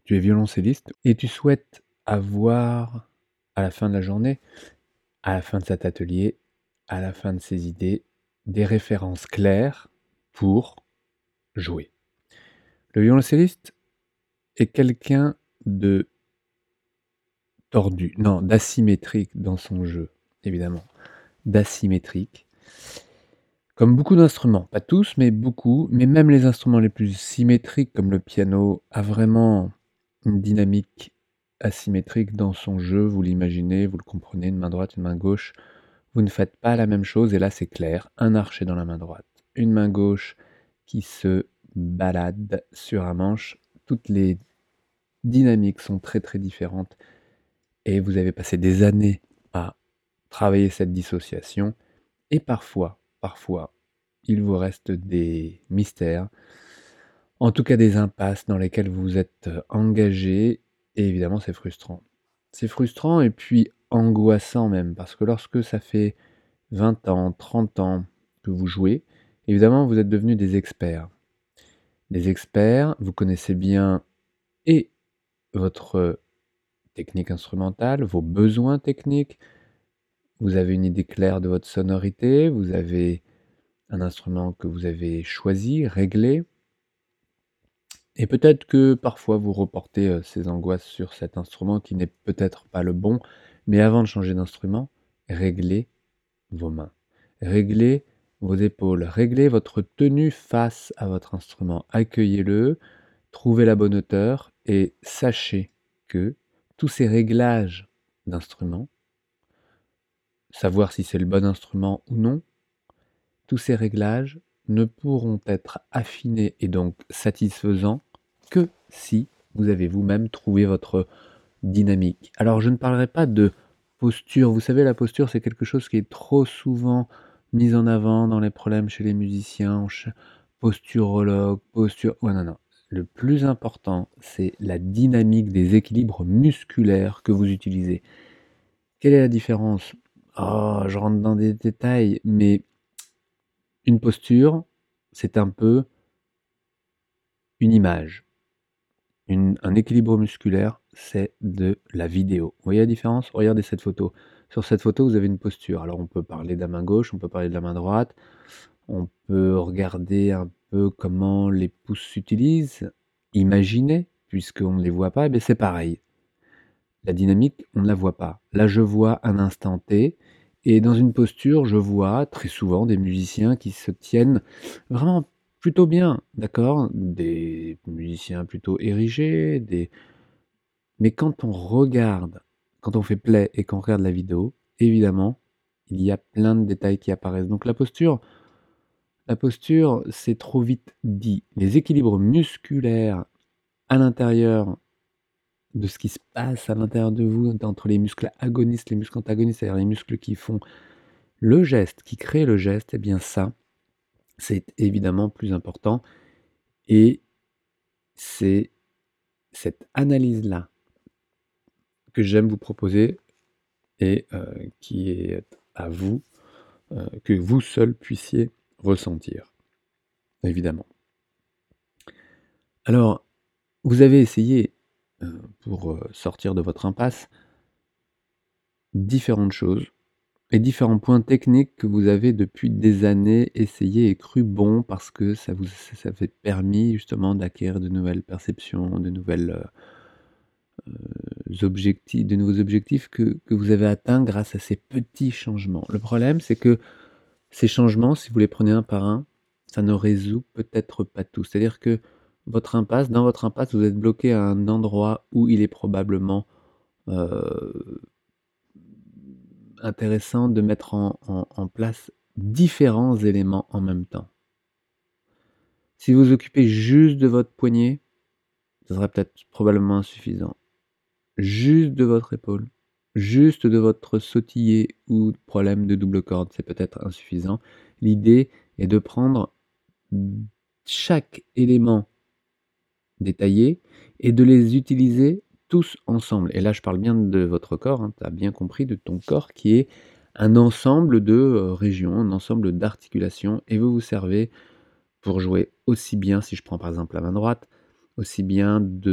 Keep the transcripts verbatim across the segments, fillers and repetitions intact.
tu es violoncelliste et tu souhaites avoir, à la fin de la journée, à la fin de cet atelier, à la fin de ces idées, des références claires pour jouer. Le violoncelliste est quelqu'un de tordu, non, d'asymétrique dans son jeu, évidemment, d'asymétrique. Comme beaucoup d'instruments, pas tous, mais beaucoup, mais même les instruments les plus symétriques comme le piano a vraiment une dynamique asymétrique dans son jeu, vous l'imaginez, vous le comprenez, une main droite, une main gauche, vous ne faites pas la même chose, et là c'est clair, un archet dans la main droite, une main gauche qui se balade sur un manche, toutes les dynamiques sont très très différentes, et vous avez passé des années à travailler cette dissociation, et parfois, parfois, il vous reste des mystères, en tout cas des impasses dans lesquelles vous êtes engagé, et évidemment c'est frustrant. C'est frustrant et puis angoissant même, parce que lorsque ça fait vingt ans, trente ans que vous jouez, évidemment vous êtes devenus des experts. Des experts, vous connaissez bien et votre technique instrumentale, vos besoins techniques, vous avez une idée claire de votre sonorité, vous avez un instrument que vous avez choisi, réglé, et peut-être que parfois vous reportez euh, ces angoisses sur cet instrument qui n'est peut-être pas le bon, mais avant de changer d'instrument, réglez vos mains, réglez vos épaules, réglez votre tenue face à votre instrument, accueillez-le, trouvez la bonne hauteur et sachez que tous ces réglages d'instruments, savoir si c'est le bon instrument ou non, tous ces réglages ne pourront être affinés et donc satisfaisants que si vous avez vous-même trouvé votre dynamique. Alors je ne parlerai pas de posture, vous savez la posture c'est quelque chose qui est trop souvent mis en avant dans les problèmes chez les musiciens, posturologue, posture... Ouais non non, le plus important c'est la dynamique des équilibres musculaires que vous utilisez. Quelle est la différence? Oh, je rentre dans des détails, mais une posture, c'est un peu une image. Une, un équilibre musculaire, c'est de la vidéo. Vous voyez la différence? Regardez cette photo. Sur cette photo, vous avez une posture. Alors on peut parler de la main gauche, on peut parler de la main droite, on peut regarder un peu comment les pouces s'utilisent, imaginer, puisqu'on ne les voit pas, mais c'est pareil. La dynamique, on ne la voit pas. Là, je vois un instant T, et dans une posture, je vois très souvent des musiciens qui se tiennent vraiment plutôt bien, d'accord? Des musiciens plutôt érigés, des... mais quand on regarde, quand on fait play et qu'on regarde la vidéo, évidemment, il y a plein de détails qui apparaissent. Donc la posture, la posture, c'est trop vite dit. Les équilibres musculaires à l'intérieur de ce qui se passe à l'intérieur de vous, entre les muscles agonistes, les muscles antagonistes, c'est-à-dire les muscles qui font le geste, qui créent le geste, eh bien ça, c'est évidemment plus important. Et c'est cette analyse-là que j'aime vous proposer et euh, qui est à vous, euh, que vous seul puissiez ressentir, évidemment. Alors, vous avez essayé, euh, pour euh, sortir de votre impasse, différentes choses et différents points techniques que vous avez depuis des années essayé et cru bon parce que ça vous ça fait permis justement d'acquérir de nouvelles perceptions, de nouvelles euh, euh, objectifs, de nouveaux objectifs que, que vous avez atteints grâce à ces petits changements. Le problème, c'est que ces changements, si vous les prenez un par un, ça ne résout peut-être pas tout. C'est-à-dire que votre impasse, dans votre impasse, vous êtes bloqué à un endroit où il est probablement euh, intéressant de mettre en, en, en place différents éléments en même temps. Si vous occupez juste de votre poignet, ça sera peut-être probablement insuffisant. Juste de votre épaule, juste de votre sautillé ou problème de double corde, c'est peut-être insuffisant. L'idée est de prendre chaque élément détaillé et de les utiliser tous ensemble. Et là, je parle bien de votre corps, hein, tu as bien compris, de ton corps qui est un ensemble de euh, régions, un ensemble d'articulations, et vous vous servez pour jouer aussi bien, si je prends par exemple la main droite, aussi bien de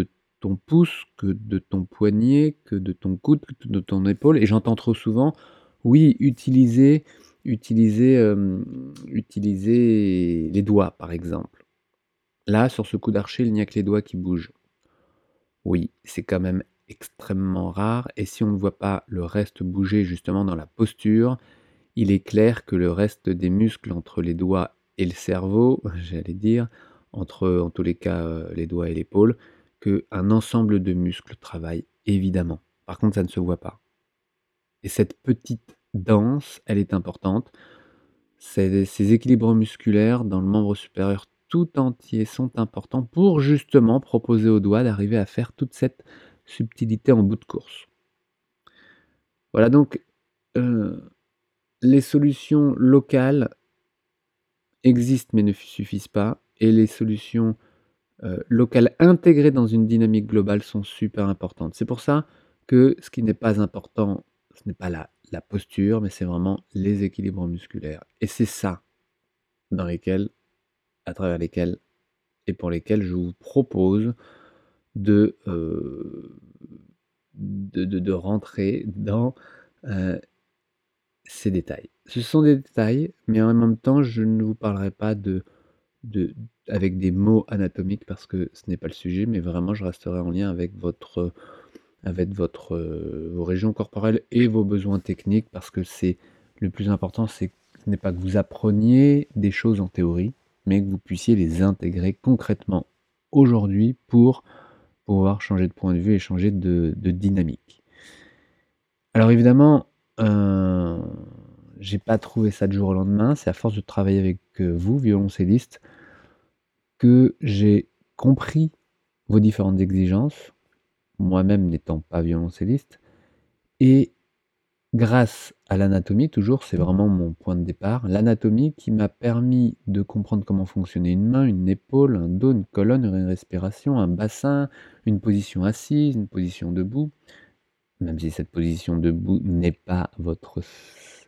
ton pouce, que de ton poignet, que de ton coude, que de ton épaule. Et j'entends trop souvent, oui, utiliser, utiliser, hem, utiliser les doigts, par exemple. Là, sur ce coup d'archer, il n'y a que les doigts qui bougent. Oui, c'est quand même extrêmement rare et si on ne voit pas le reste bouger justement dans la posture, il est clair que le reste des muscles entre les doigts et le cerveau, j'allais dire, entre, en tous les cas, heu, les doigts et l'épaule, qu'un ensemble de muscles travaille évidemment. Par contre, ça ne se voit pas. Et cette petite danse, elle est importante. Ces ces équilibres musculaires dans le membre supérieur tout entier sont importants pour justement proposer aux doigts d'arriver à faire toute cette subtilité en bout de course. Voilà donc, heu, les solutions locales existent mais ne suffisent pas et les solutions, heu, locales intégrées dans une dynamique globale sont super importantes. C'est pour ça que ce qui n'est pas important, ce n'est pas la la posture, mais c'est vraiment les équilibres musculaires et c'est ça dans lesquels à travers lesquels et pour lesquels je vous propose de, heu, de de de rentrer dans, heu, ces détails. Ce sont des détails, mais en même temps, je ne vous parlerai pas de de avec des mots anatomiques parce que ce n'est pas le sujet, mais vraiment je resterai en lien avec votre, avec votre, heu, vos régions corporelles et vos besoins techniques parce que c'est le plus important, c'est ce n'est pas que vous appreniez des choses en théorie, mais que vous puissiez les intégrer concrètement aujourd'hui pour pouvoir changer de point de vue et changer de de dynamique. Alors évidemment, heu, j'ai pas trouvé ça du jour au lendemain, c'est à force de travailler avec, heu, vous, violoncelliste, que j'ai compris vos différentes exigences, moi-même n'étant pas violoncelliste et grâce à l'anatomie toujours, c'est vraiment mon point de départ, l'anatomie qui m'a permis de comprendre comment fonctionnait une main, une épaule, un dos, une colonne, une respiration, un bassin, une position assise, une position debout, même si cette position debout n'est pas votre s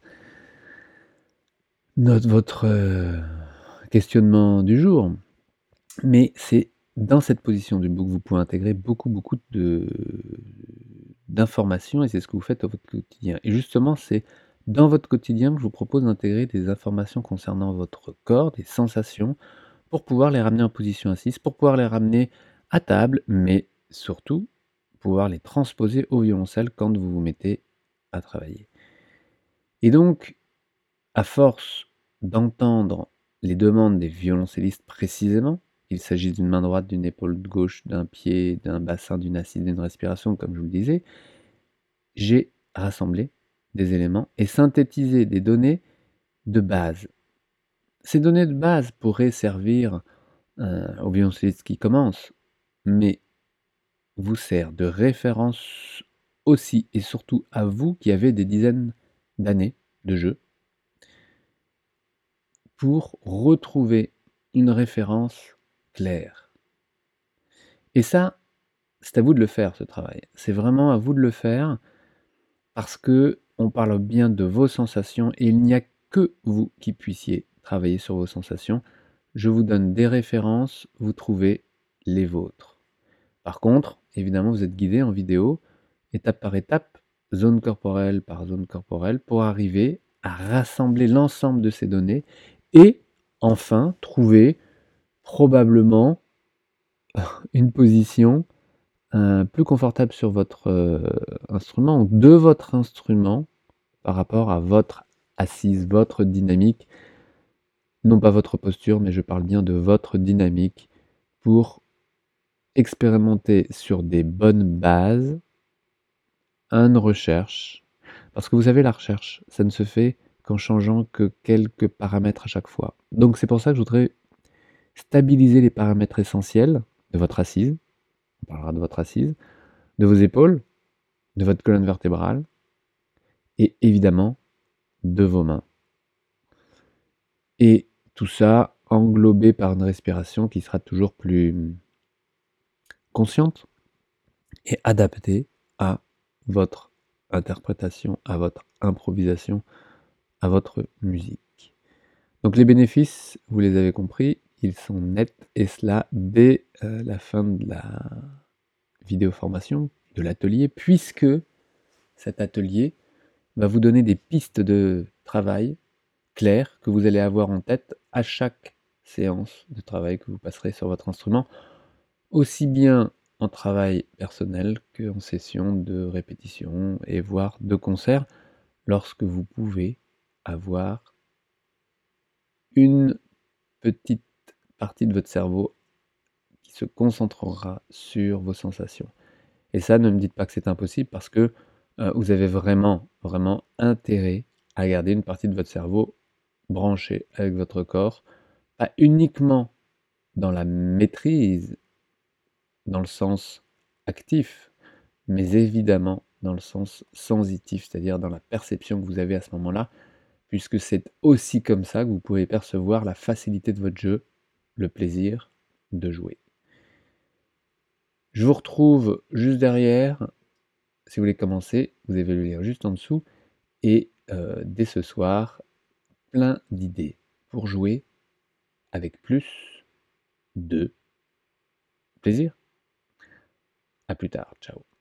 notre votre, heu, questionnement du jour. Mais c'est dans cette position debout que vous pouvez intégrer beaucoup, beaucoup de d'informations et c'est ce que vous faites au votre quotidien. Et justement, c'est dans votre quotidien que je vous propose d'intégrer des informations concernant votre corps, des sensations, pour pouvoir les ramener en position assise, pour pouvoir les ramener à table, mais surtout pouvoir les transposer au violoncelle quand vous vous mettez à travailler. Et donc, à force d'entendre les demandes des violoncellistes précisément, qu'il s'agisse d'une main droite, d'une épaule gauche, d'un pied, d'un bassin, d'une assise, d'une respiration, comme je vous le disais, j'ai rassemblé des éléments et synthétisé des données de base. Ces données de base pourraient servir euh, aux violoncellistes qui commencent, mais vous sert de référence aussi et surtout à vous qui avez des dizaines d'années de jeu pour retrouver une référence claire. Et ça, c'est à vous de le faire ce travail. C'est vraiment à vous de le faire parce que on parle bien de vos sensations et il n'y a que vous qui puissiez travailler sur vos sensations. Je vous donne des références, vous trouvez les vôtres. Par contre, évidemment, vous êtes guidé en vidéo, étape par étape, zone corporelle par zone corporelle, pour arriver à rassembler l'ensemble de ces données et enfin trouver probablement une position euh, plus confortable sur votre euh, instrument ou de votre instrument par rapport à votre assise, votre dynamique, non pas votre posture, mais je parle bien de votre dynamique pour expérimenter sur des bonnes bases une recherche. Parce que vous savez, la recherche, ça ne se fait qu'en changeant que quelques paramètres à chaque fois. Donc c'est pour ça que je voudrais stabiliser les paramètres essentiels de votre assise, on parlera de votre assise, de vos épaules, de votre colonne vertébrale et évidemment de vos mains. Et tout ça englobé par une respiration qui sera toujours plus consciente et adaptée à votre interprétation, à votre improvisation, à votre musique. Donc les bénéfices, vous les avez compris, ils sont nets et cela dès euh, la fin de la vidéo formation, de l'atelier, puisque cet atelier va vous donner des pistes de travail claires que vous allez avoir en tête à chaque séance de travail que vous passerez sur votre instrument, aussi bien en travail personnel qu'en session de répétition et voire de concert, lorsque vous pouvez avoir une petite partie de votre cerveau qui se concentrera sur vos sensations. Et ça, ne me dites pas que c'est impossible parce que euh, vous avez vraiment, vraiment intérêt à garder une partie de votre cerveau branchée avec votre corps, pas uniquement dans la maîtrise, dans le sens actif, mais évidemment dans le sens sensitif, c'est-à-dire dans la perception que vous avez à ce moment-là, puisque c'est aussi comme ça que vous pouvez percevoir la facilité de votre jeu, le plaisir de jouer. Je vous retrouve juste derrière. Si vous voulez commencer, vous avez le lien juste en dessous. Et euh, dès ce soir, plein d'idées pour jouer avec plus de plaisir. À plus tard, ciao.